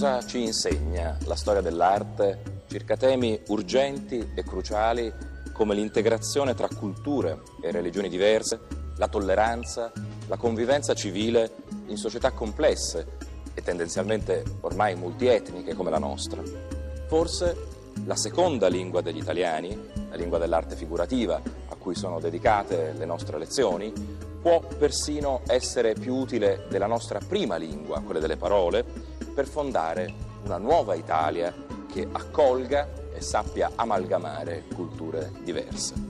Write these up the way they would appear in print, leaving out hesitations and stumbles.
cosa ci insegna la storia dell'arte circa temi urgenti e cruciali come l'integrazione tra culture e religioni diverse, la tolleranza, la convivenza civile in società complesse e tendenzialmente ormai multietniche come la nostra? Forse la seconda lingua degli italiani, la lingua dell'arte figurativa a cui sono dedicate le nostre lezioni, può persino essere più utile della nostra prima lingua, quella delle parole, per fondare una nuova Italia che accolga e sappia amalgamare culture diverse.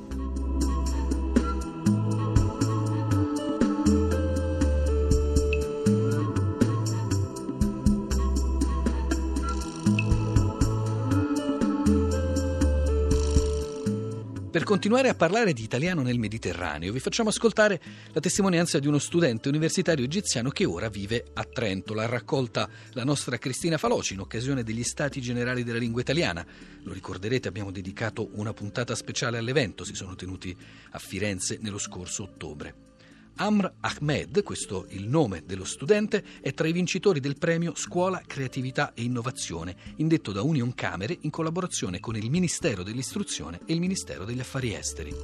Per continuare a parlare di italiano nel Mediterraneo, vi facciamo ascoltare la testimonianza di uno studente universitario egiziano che ora vive a Trento. L'ha raccolta la nostra Cristina Faloci in occasione degli Stati Generali della Lingua Italiana. Lo ricorderete, abbiamo dedicato una puntata speciale all'evento, si sono tenuti a Firenze nello scorso ottobre. Amr Ahmed, questo il nome dello studente, è tra i vincitori del premio Scuola, Creatività e Innovazione, indetto da Unioncamere in collaborazione con il Ministero dell'Istruzione e il Ministero degli Affari Esteri.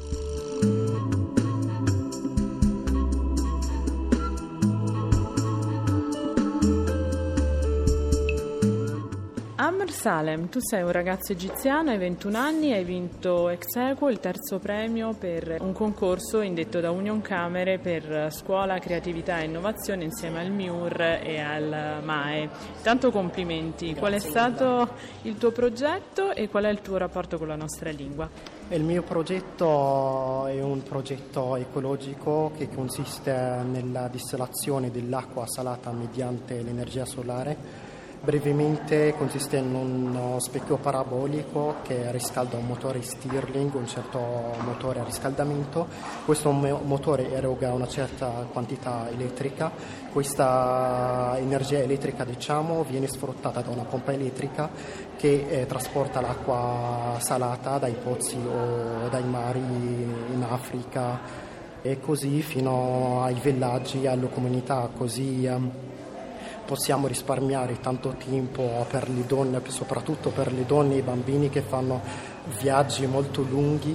Amr Salem, tu sei un ragazzo egiziano, hai 21 anni, hai vinto ex aequo il terzo premio per un concorso indetto da Unioncamere per Scuola, Creatività e Innovazione insieme al MIUR e al MAE. Tanto complimenti. Qual è stato il tuo progetto e qual è il tuo rapporto con la nostra lingua? Il mio progetto è un progetto ecologico che consiste nella distillazione dell'acqua salata mediante l'energia solare. Brevemente consiste in uno specchio parabolico che riscalda un motore Stirling, un certo motore a riscaldamento. Questo motore eroga una certa quantità elettrica. Questa energia elettrica, viene sfruttata da una pompa elettrica che trasporta l'acqua salata dai pozzi o dai mari in Africa e così fino ai villaggi, alle comunità, così possiamo risparmiare tanto tempo per le donne, soprattutto per le donne e i bambini che fanno viaggi molto lunghi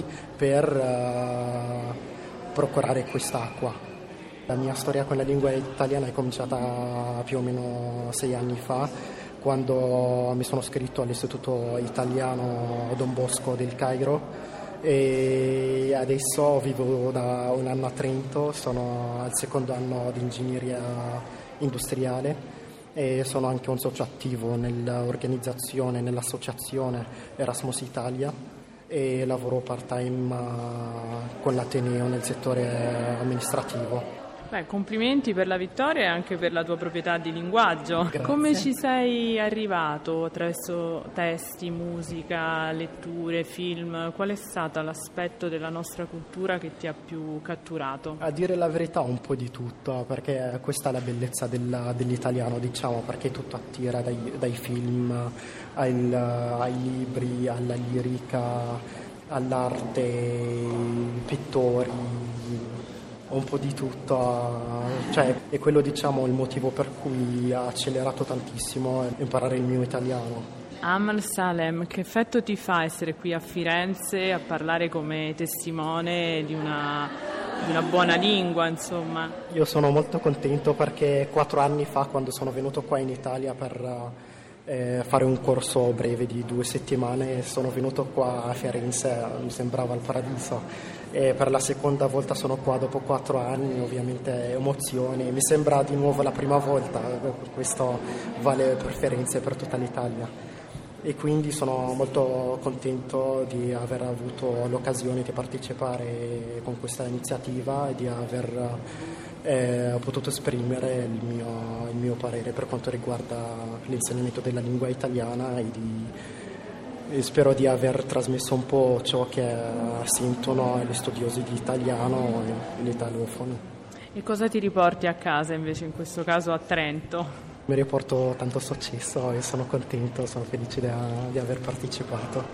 per procurare quest'acqua. La mia storia con la lingua italiana è cominciata più o meno 6 anni fa, quando mi sono iscritto all'Istituto Italiano Don Bosco del Cairo e adesso vivo da un anno a Trento, sono al secondo anno di ingegneria industriale e sono anche un socio attivo nell'organizzazione, nell'associazione Erasmus Italia e lavoro part-time con l'Ateneo nel settore amministrativo. Complimenti per la vittoria e anche per la tua proprietà di linguaggio. Grazie. Come ci sei arrivato attraverso testi, musica, letture, film? Qual è stato l'aspetto della nostra cultura che ti ha più catturato? A dire la verità un po' di tutto, perché questa è la bellezza dell'italiano, perché tutto attira dai film ai libri, alla lirica, all'arte, ai pittori. Un po' di tutto, è quello il motivo per cui ha accelerato tantissimo imparare il mio italiano. Amr Salem, che effetto ti fa essere qui a Firenze a parlare come testimone di una buona lingua, insomma? Io sono molto contento perché 4 anni fa, quando sono venuto qua in Italia per fare un corso breve di 2 settimane, sono venuto qua a Firenze, mi sembrava il paradiso. E per la seconda volta sono qua dopo 4 anni, ovviamente emozioni, mi sembra di nuovo la prima volta, questo vale per Firenze e per tutta l'Italia e quindi sono molto contento di aver avuto l'occasione di partecipare con questa iniziativa e di aver potuto esprimere il mio parere per quanto riguarda l'insegnamento della lingua italiana e spero di aver trasmesso un po' ciò che sentono gli studiosi di italiano e gli italofoni. E cosa ti riporti a casa invece in questo caso a Trento? Mi riporto tanto successo e sono contento, sono felice di aver partecipato.